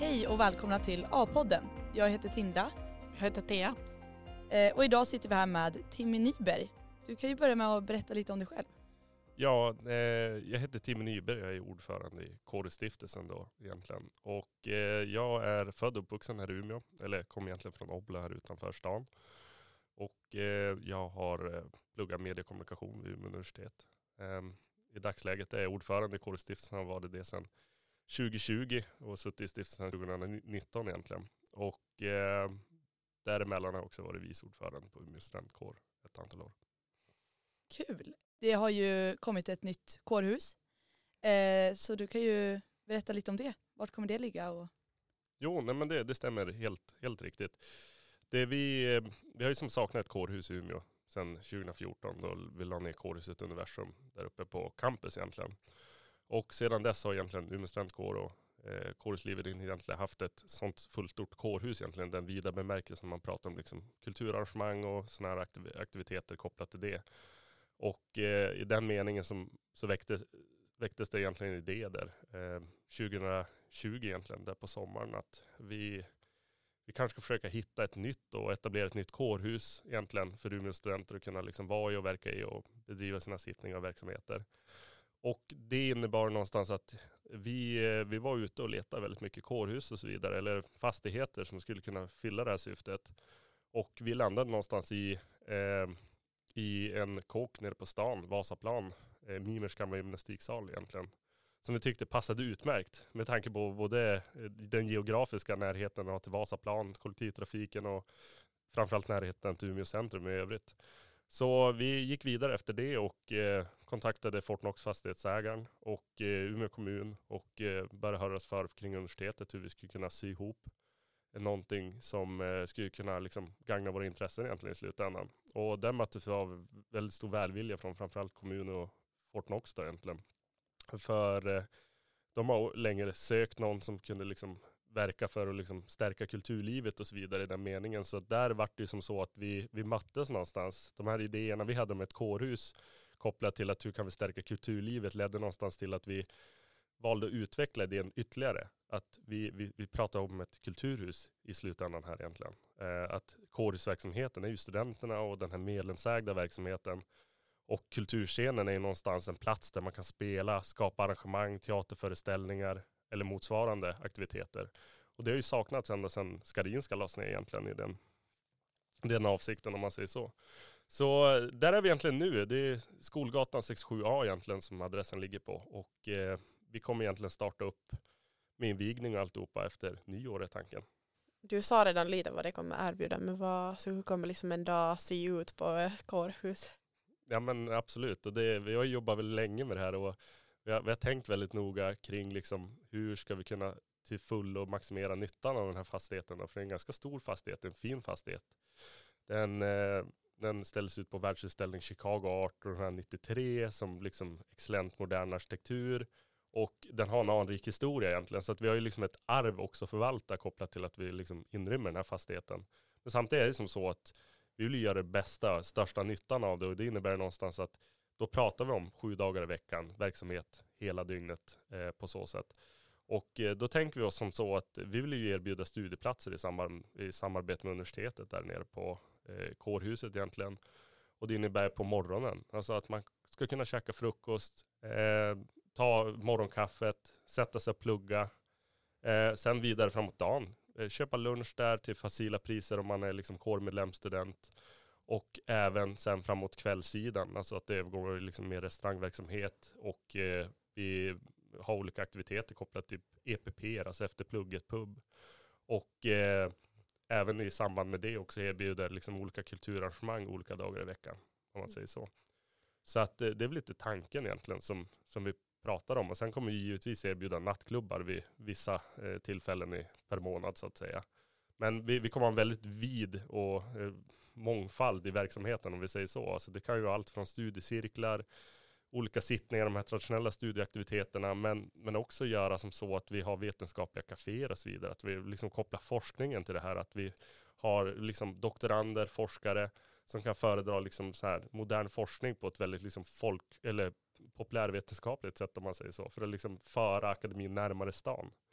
Hej och välkomna till A-podden. Jag heter Tindra. Jag heter Thea. Och idag sitter vi här med Timmy Nyberg. Du kan ju börja med att berätta lite om dig själv. Ja, jag heter Timmy Nyberg, jag är ordförande i Kårhusstiftelsen då egentligen. Och jag är född och uppvuxen här i Umeå, eller kom egentligen från Obla här utanför stan. Och jag har pluggat mediekommunikation vid Umeå universitet. I dagsläget är jag ordförande i Kårhusstiftelsen, har varit det sedan 2020 och suttit i stiftelsen 2019 egentligen. Och däremellan har jag också varit vice ordförande på Umeå studentkår ett antal år. Kul! Det har ju kommit ett nytt kårhus. Så du kan ju berätta lite om det. Vart kommer det ligga? Jo, nej men det stämmer helt riktigt. Vi har ju som saknat ett kårhus i Umeå sedan 2014 då vi la ner kårhuset Universum där uppe på campus egentligen. Och sedan dess har egentligen Umeå studentkår och kårhuslivet egentligen haft ett sånt fullstort kårhus egentligen, den vida bemärkelsen man pratar om liksom kulturarrangemang och sådana här aktiviteter kopplat till det. Och i den meningen så väcktes det egentligen en idé där 2020 egentligen där på sommaren att vi kanske ska försöka hitta ett nytt och etablera ett nytt kårhus egentligen för Umeå studenter att kunna liksom vara i och verka i och bedriva sina sittningar och verksamheter. Och det innebar någonstans att vi var ute och letade väldigt mycket kårhus och så vidare, eller fastigheter som skulle kunna fylla det här syftet. Och vi landade någonstans i en kåk nere på stan, Vasaplan, Mimers gamla gymnastiksal egentligen. Som vi tyckte passade utmärkt med tanke på både den geografiska närheten till Vasaplan, kollektivtrafiken och framförallt närheten till Umeå centrum i övrigt. Så vi gick vidare efter det och kontaktade Fortnox fastighetsägaren och Umeå kommun och började höra oss för kring universitetet hur vi skulle kunna sy ihop någonting som skulle kunna liksom gagna våra intressen egentligen i slutändan. Och den möttes av väldigt stor välvilja från framförallt kommunen och Fortnox då egentligen. För de har längre sökt någon som kunde liksom verka för att liksom stärka kulturlivet och så vidare i den meningen. Så där var det som så att vi möttes någonstans. De här idéerna vi hade om ett kårhus kopplat till att hur kan vi stärka kulturlivet ledde någonstans till att vi valde att utveckla idén ytterligare. Att vi pratar om ett kulturhus i slutändan här egentligen. Att kårhusverksamheten är ju studenterna och den här medlemsägda verksamheten. Och kulturscenen är ju någonstans en plats där man kan spela, skapa arrangemang, teaterföreställningar eller motsvarande aktiviteter. Och det har ju saknats ända sedan Skarinska lades ner egentligen i den avsikten om man säger så. Så där är vi egentligen nu. Det är Skolgatan 67A egentligen som adressen ligger på. Och vi kommer egentligen starta upp med invigning och alltihopa efter nyår är tanken. Du sa redan lite vad det kommer erbjuda, men hur kommer liksom en dag se ut på kårhus? Ja men absolut, och vi har jobbat väl länge med det här och vi har tänkt väldigt noga kring liksom hur ska vi kunna till full och maximera nyttan av den här fastigheten då? För det är en ganska stor fastighet, en fin fastighet. Den ställs ut på världsutställning Chicago 1893 som liksom excellent modern arkitektur och den har en anrik historia egentligen så att vi har ju liksom ett arv också förvalta kopplat till att vi liksom inrymmer den här fastigheten. Men samtidigt är det som så att vi vill göra det bästa, största nyttan av det och det innebär någonstans att då pratar vi om 7 dagar i veckan, verksamhet hela dygnet på så sätt. Och då tänker vi oss som så att vi vill ju erbjuda studieplatser i samarbete med universitetet där nere på kårhuset egentligen. Och det innebär på morgonen, alltså att man ska kunna käka frukost, ta morgonkaffet, sätta sig och plugga, sen vidare framåt dagen. Köpa lunch där till facila priser om man är liksom kårmedlemsstudent. Och även sen framåt kvällssidan, alltså att det övergår liksom med restaurangverksamhet och vi har olika aktiviteter kopplat till EPP, alltså efter plugget pub. Och även i samband med det också erbjuder liksom olika kulturarrangemang olika dagar i veckan, om man säger så. Så att det är väl lite tanken egentligen som vi pratar om. Och sen kommer vi givetvis erbjuda nattklubbar vid vissa tillfällen per månad så att säga. Men vi kommer ha en väldigt vid och mångfald i verksamheten om vi säger så. Alltså det kan ju vara allt från studiecirklar, olika sittningar, de här traditionella studieaktiviteterna, men också göra som så att vi har vetenskapliga kaféer och så vidare. Att vi liksom kopplar forskningen till det här. Att vi har liksom doktorander, forskare som kan föredra liksom så här modern forskning på ett väldigt liksom populärvetenskapligt sätt om man säger så. För att liksom föra akademin närmare stan.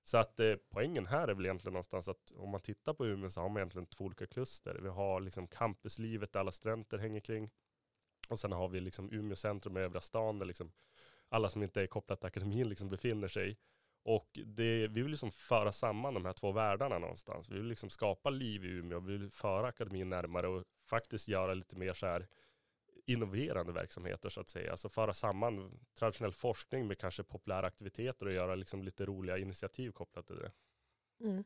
Så att poängen här är väl egentligen någonstans att om man tittar på Umeå så har man egentligen 2 olika kluster. Vi har liksom campuslivet där alla studenter hänger kring. Och sen har vi liksom Umeå centrum i övriga stan där liksom alla som inte är kopplat till akademin liksom befinner sig. Och vi vill liksom föra samman de här 2 världarna någonstans. Vi vill liksom skapa liv i Umeå. Vi vill föra akademin närmare och faktiskt göra lite mer så här innoverande verksamheter så att säga. Alltså föra samman traditionell forskning med kanske populära aktiviteter och göra liksom lite roliga initiativ kopplat till det. Mm.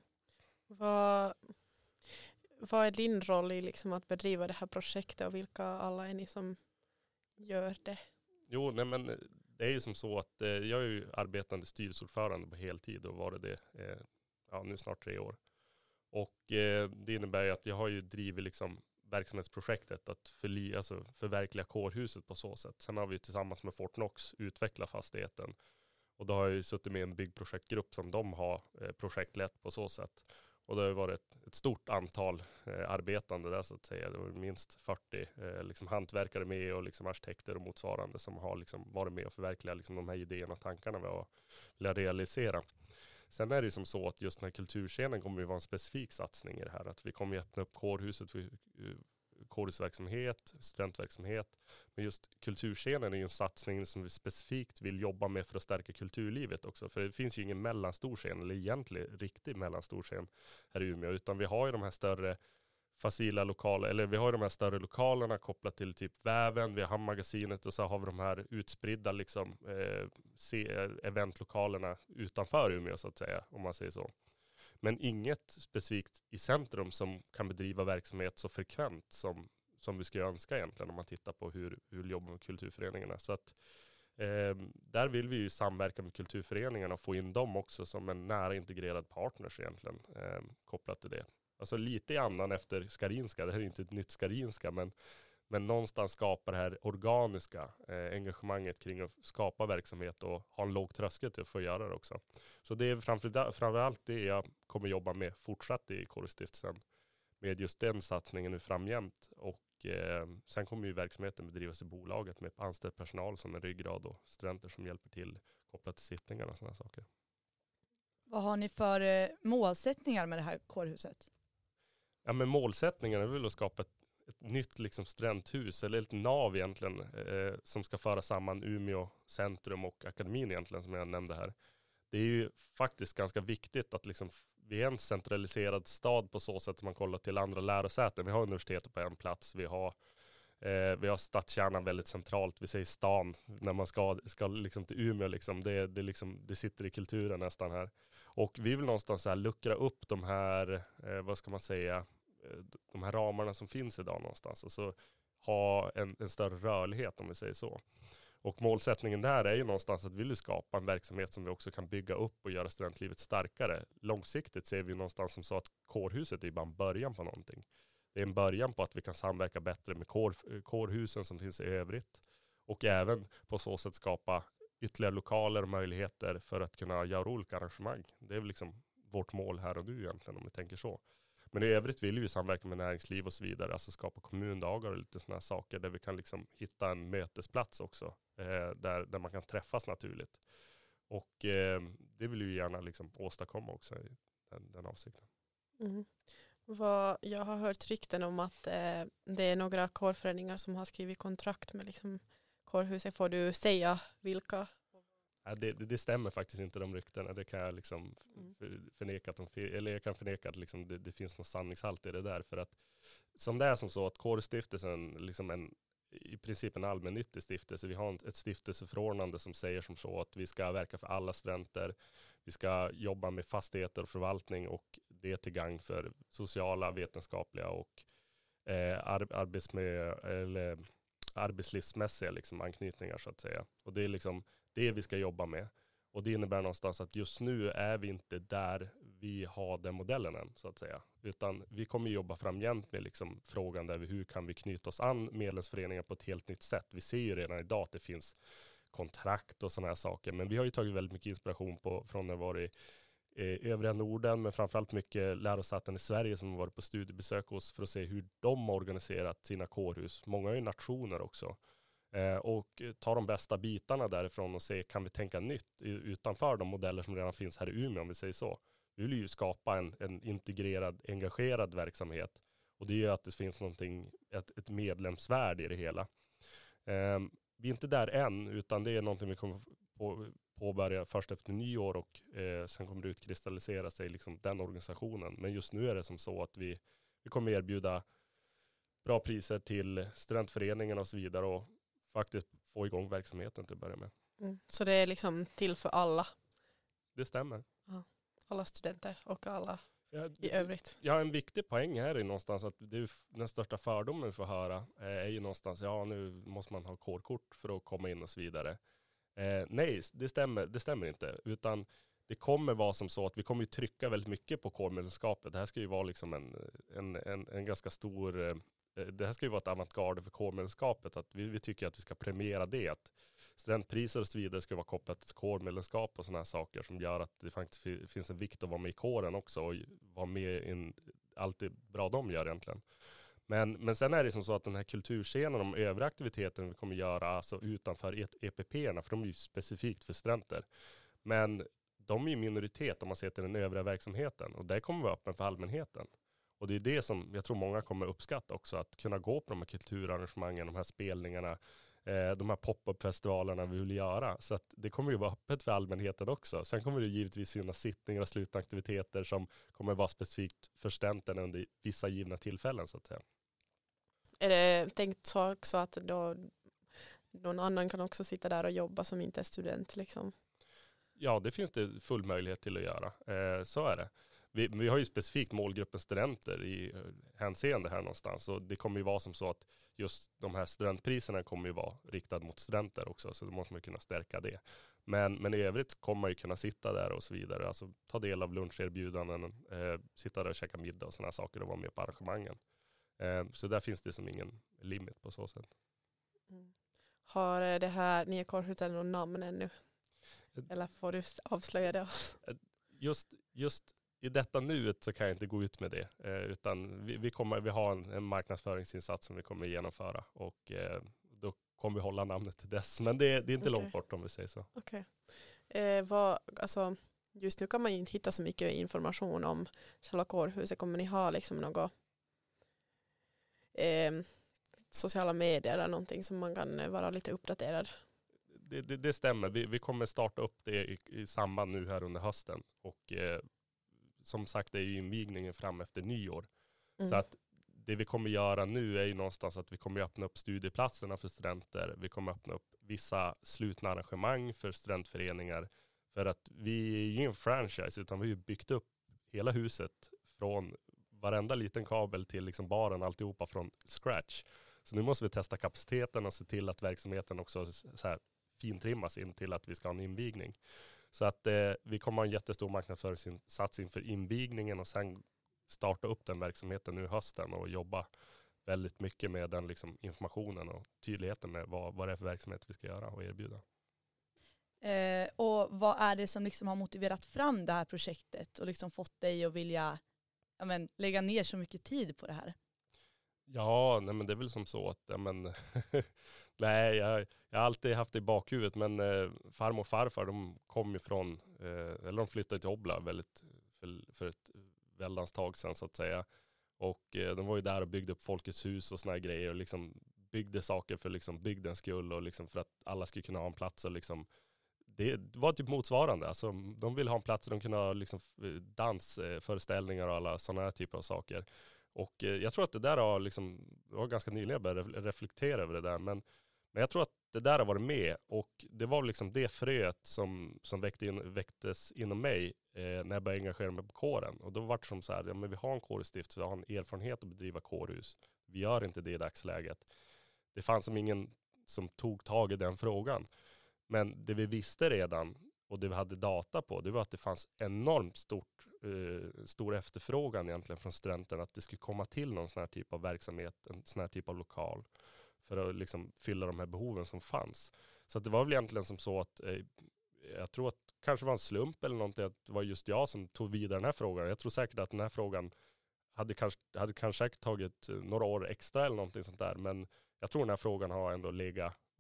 Vad är din roll i liksom att bedriva det här projektet och vilka alla är ni som gör det? Jo, nej men det är ju som så att jag är ju arbetande styrelseordförande på heltid och var det nu snart 3 år. Och det innebär ju att jag har ju drivit liksom verksamhetsprojektet att förverkliga kårhuset på så sätt. Sen har vi tillsammans med Fortnox utvecklat fastigheten. Och då har jag ju suttit med i en byggprojektgrupp som de har projektlett på så sätt. Och det har varit ett stort antal arbetande där så att säga. Det var minst 40 liksom hantverkare med och liksom arkitekter och motsvarande som har liksom varit med och förverkligat liksom de här idéerna och tankarna vi har velat realisera. Sen är det som så att just den här kulturscenen kommer ju vara en specifik satsning i det här. Att vi kommer att öppna upp kårhuset för kårhusverksamhet, studentverksamhet. Men just kulturscenen är ju en satsning som vi specifikt vill jobba med för att stärka kulturlivet också. För det finns ju ingen mellanstor scen, eller egentligen riktig mellanstor scen här i Umeå. Utan vi har ju de här större facila lokaler, eller vi har ju de här större lokalerna kopplat till typ Väven, vi har Hamnmagasinet och så har vi de här utspridda liksom, eventlokalerna utanför Umeå så att säga, om man säger så. Men inget specifikt i centrum som kan bedriva verksamhet så frekvent som vi skulle önska egentligen om man tittar på hur vi jobbar med kulturföreningarna. Så att där vill vi ju samverka med kulturföreningarna och få in dem också som en nära integrerad partners egentligen kopplat till det. Alltså lite i annan efter Skarinska, det här är inte ett nytt Skarinska men någonstans skapa det här organiska engagemanget kring att skapa verksamhet och ha en låg tröskel till att få göra det också. Så det är framförallt det jag kommer jobba med fortsatt i Kårstiftelsen med just den satsningen nu framgämt. Och sen kommer ju verksamheten bedrivas i bolaget med anställd personal som en ryggrad och studenter som hjälper till kopplat till sittningar och sådana saker. Vad har ni för målsättningar med det här kårhuset? Ja, men målsättningen är väl att skapa ett nytt liksom studenthus eller ett nav egentligen som ska föra samman Umeå centrum och akademin egentligen som jag nämnde här. Det är ju faktiskt ganska viktigt att liksom, vi är en centraliserad stad på så sätt att man kollar till andra lärosäten. Vi har universitetet på en plats, vi har stadskärnan väldigt centralt, vi säger stan när man ska liksom till Umeå liksom. Det sitter i kulturen nästan här. Och vi vill någonstans så här luckra upp de här, de här ramarna som finns idag någonstans. Alltså ha en större rörlighet om vi säger så. Och målsättningen där är ju någonstans att vi vill skapa en verksamhet som vi också kan bygga upp och göra studentlivet starkare. Långsiktigt ser vi någonstans som så att kårhuset är bara en början på någonting. Det är en början på att vi kan samverka bättre med kårhusen som finns i övrigt. Och även på så sätt skapa ytterligare lokaler och möjligheter för att kunna göra olika arrangemang. Det är väl liksom vårt mål här och nu egentligen om vi tänker så. Men i övrigt vill vi samverka med näringsliv och så vidare. Alltså skapa kommundagar och lite sådana här saker där vi kan liksom hitta en mötesplats också. Där man kan träffas naturligt. Och det vill vi gärna liksom åstadkomma också i den avsikten. Mm. Jag har hört rykten om att det är några kårföreningar som har skrivit kontrakt med liksom kårhuset. Får du säga vilka? Ja, det stämmer faktiskt inte de ryktena. Det kan jag liksom förneka jag kan förneka att liksom det finns någon sanningshalt i det där. För att som det är som så att Kårstiftelsen liksom i princip en allmännyttig stiftelse. Vi har ett stiftelseförordnande som säger som så att vi ska verka för alla studenter. Vi ska jobba med fastigheter och förvaltning och det till gagn för sociala, vetenskapliga och arbetslivsmässiga liksom anknytningar så att säga. Och det är liksom det vi ska jobba med. Och det innebär någonstans att just nu är vi inte där vi har den modellen än så att säga. Utan vi kommer jobba framgent med liksom frågan där hur kan vi knyta oss an medlemsföreningar på ett helt nytt sätt. Vi ser ju redan idag att det finns kontrakt och sådana här saker. Men vi har ju tagit väldigt mycket inspiration från när vi var i övriga Norden, men framförallt mycket lärosäten i Sverige som har varit på studiebesök hos för att se hur de har organiserat sina kårhus. Många är ju nationer också. Och ta de bästa bitarna därifrån och se, kan vi tänka nytt utanför de modeller som redan finns här i Umeå, om vi säger så. Vi vill ju skapa en integrerad, engagerad verksamhet. Och det gör att det finns ett medlemsvärde i det hela. Vi är inte där än, utan det är någonting vi kommer påbörja först efter nyår och sen kommer det utkristallisera sig liksom den organisationen. Men just nu är det som så att vi kommer erbjuda bra priser till studentföreningen och så vidare och faktiskt få igång verksamheten till att börja med. Så det är liksom till för alla? Det stämmer. Ja. Alla studenter och alla i övrigt. Ja, en viktig poäng här är någonstans att det är den största fördomen vi får höra är ju någonstans, ja nu måste man ha kårkort för att komma in och så vidare. Nej, det stämmer inte. Utan det kommer vara som så att vi kommer ju trycka väldigt mycket på kårmedlemskapet. Det här ska ju vara liksom en ganska stor, det här ska ju vara ett avantgarde för kårmedlemskapet. Att vi tycker att vi ska premiera det. Att studentpriser och så vidare ska vara kopplat till kårmedlemskap och sådana här saker som gör att det faktiskt finns en vikt att vara med i kåren också och vara med i allt det bra de gör egentligen. Men sen är det som så att den här kulturscenen, de övriga aktiviteterna vi kommer göra alltså utanför EPP-erna, för de är ju specifikt för studenter. Men de är ju minoritet om man ser till den övriga verksamheten och det kommer vara öppen för allmänheten. Och det är det som jag tror många kommer uppskatta också, att kunna gå på de här kulturarrangemangen, de här spelningarna, de här pop-up-festivalerna vi vill göra. Så att det kommer ju vara öppet för allmänheten också. Sen kommer det givetvis finnas sittningar och slutaktiviteter som kommer vara specifikt för studenten under vissa givna tillfällen så att säga. Är det tänkt så också att då någon annan kan också sitta där och jobba som inte är student liksom? Ja, det finns det full möjlighet till att göra. Så är det. Vi har ju specifikt målgruppen studenter i hänseende här någonstans. Och det kommer ju vara som så att just de här studentpriserna kommer ju vara riktade mot studenter också. Så då måste man ju kunna stärka det. Men i övrigt kommer man ju kunna sitta där och så vidare. Alltså ta del av luncherbjudanden, sitta där och käka middag och sådana saker och vara med på arrangemangen. Så där finns det som ingen limit på så sätt. Har det här nya kårhuset någon namn ännu? Eller får du avslöja det? Just i detta nuet så kan jag inte gå ut med det. Utan vi har en marknadsföringsinsats som vi kommer genomföra. Och då kommer vi hålla namnet till dess. Men det är inte långt bort om vi säger så. Okej. Just nu kan man ju inte hitta så mycket information om själva kårhuset. Kommer ni ha liksom något sociala medier eller någonting som man kan vara lite uppdaterad? Det stämmer. Vi kommer starta upp det i samband nu här under hösten. Och som sagt, det är ju invigningen fram efter nyår. Så att det vi kommer göra nu är ju någonstans att vi kommer öppna upp studieplatserna för studenter. Vi kommer öppna upp vissa slutna arrangemang för studentföreningar. För att vi är ju ingen franchise utan vi har ju byggt upp hela huset från varenda liten kabel till liksom baren, alltihopa från scratch. Så nu måste vi testa kapaciteten och se till att verksamheten också så här fintrimmas in till att vi ska ha en invigning. Så att vi kommer ha en jättestor marknadsföringsinsats inför invigningen och sen starta upp den verksamheten nu i hösten och jobba väldigt mycket med den liksom informationen och tydligheten med vad det är för verksamhet vi ska göra och erbjuda. Och vad är det som liksom har motiverat fram det här projektet och liksom fått dig att vilja lägga ner så mycket tid på det här? Ja, men det är väl som så att nej, jag har alltid haft det i bakhuvudet, men farmor och farfar de kom ifrån, eller de flyttade till Obla för ett väldans tag sedan så att säga. Och de var ju där och byggde upp Folkets hus och såna här grejer och liksom byggde saker för liksom bygdens skull och liksom för att alla skulle kunna ha en plats och liksom det var typ motsvarande. Alltså, de ville ha en plats där de kunde ha liksom dansföreställningar och alla sådana här typer av saker. Och jag tror att det där har liksom, det var ganska nyligen jag började reflektera över det där. Men jag tror att det där har varit med. Och det var liksom det fröet som väcktes inom mig när jag började engagera mig på kåren. Och då var det som så här, men vi har en kårstift, så vi har en erfarenhet att bedriva kårhus. Vi gör inte det i dagsläget. Det fanns som ingen som tog tag i den frågan. Men det vi visste redan och det vi hade data på, det var att det fanns enormt stor efterfrågan egentligen från studenterna att det skulle komma till någon sån här typ av verksamhet, en sån här typ av lokal för att liksom fylla de här behoven som fanns. Så att det var väl egentligen som så att jag tror att kanske var en slump eller någonting att det var just jag som tog vidare den här frågan. Jag tror säkert att den här frågan hade kanske tagit några år extra eller någonting sånt där, men jag tror den här frågan har ändå legat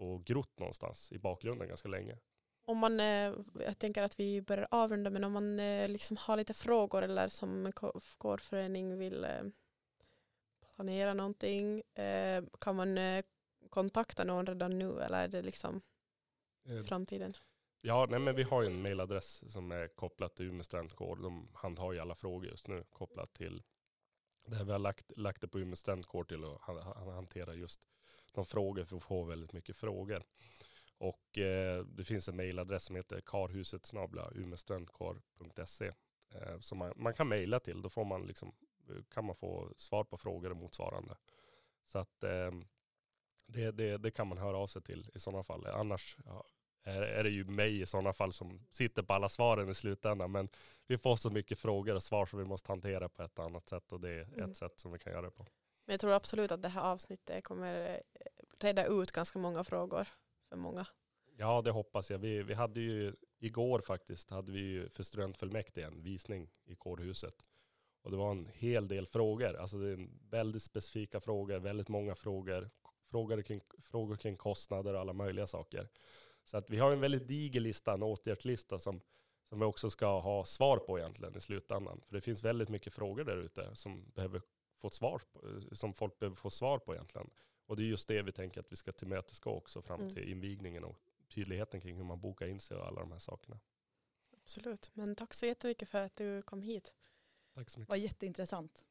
och grott någonstans i bakgrunden ganska länge. Om man, jag tänker att vi börjar avrunda, men om man liksom har lite frågor eller som kårförening vill planera någonting, kan man kontakta någon redan nu eller är det liksom framtiden? Ja, nej, men vi har ju en mailadress som är kopplad till Umeå studentkår. De handhar ju alla frågor just nu kopplat till det. Vi har lagt det på Umeå studentkår till att hantera just de frågor, för att få väldigt mycket frågor. Och det finns en mailadress som heter karhuset@umeåstudentkår.se som man kan mejla till. Då får man liksom, kan man få svar på frågor och motsvarande. Så att det kan man höra av sig till i sådana fall. Annars är det ju mig i sådana fall som sitter på alla svaren i slutändan. Men vi får så mycket frågor och svar som vi måste hantera på ett annat sätt. Och det är ett sätt som vi kan göra det på. Men jag tror absolut att det här avsnittet kommer reda ut ganska många frågor för många. Ja, det hoppas jag. Vi hade ju igår faktiskt hade vi ju för studentfullmäktige en visning i kårhuset. Och det var en hel del frågor. Alltså det är en väldigt specifika frågor, väldigt många frågor. Frågor kring kostnader och alla möjliga saker. Så att vi har en väldigt diger lista, en åtgärdslista som vi också ska ha svar på egentligen i slutändan. För det finns väldigt mycket frågor där ute som behöver få svar på, som folk behöver få svar på egentligen. Och det är just det vi tänker att vi ska tillmötesgå också fram till invigningen och tydligheten kring hur man bokar in sig och alla de här sakerna. Absolut. Men tack så jättemycket för att du kom hit. Tack så mycket. Det var jätteintressant.